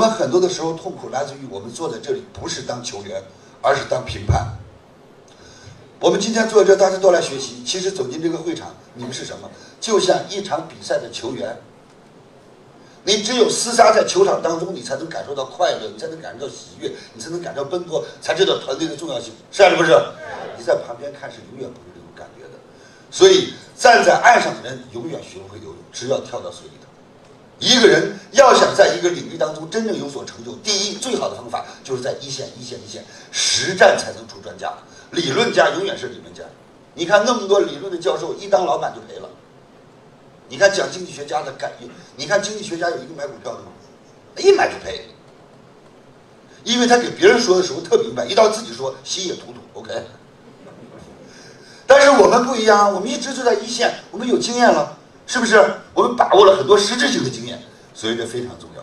们很多的时候痛苦来自于我们坐在这里不是当球员，而是当评判。我们今天坐在这，大家都来学习。其实走进这个会场，你们是什么？就像一场比赛的球员。你只有厮杀在球场当中，你才能感受到快乐，你才能感受到喜悦，你才能感受到奔波，才知道团队的重要性，是还是不是？你在旁边看是永远不是这种感觉的。所以站在岸上的人永远学不会游泳，只要跳到水里头。一个人要想在一个领域当中真正有所成就，第一最好的方法就是在一线，实战才能出专家。理论家永远是理论家。你看那么多理论的教授，一当老板就赔了。你看讲经济学家的你看经济学家有一个买股票的吗？一买就赔，因为他给别人说的时候特明白，一到自己说稀里糊涂 ，OK。但是我们不一样，我们一直就在一线，我们有经验了，是不是？我们把握了很多实质性的经验，所以这非常重要。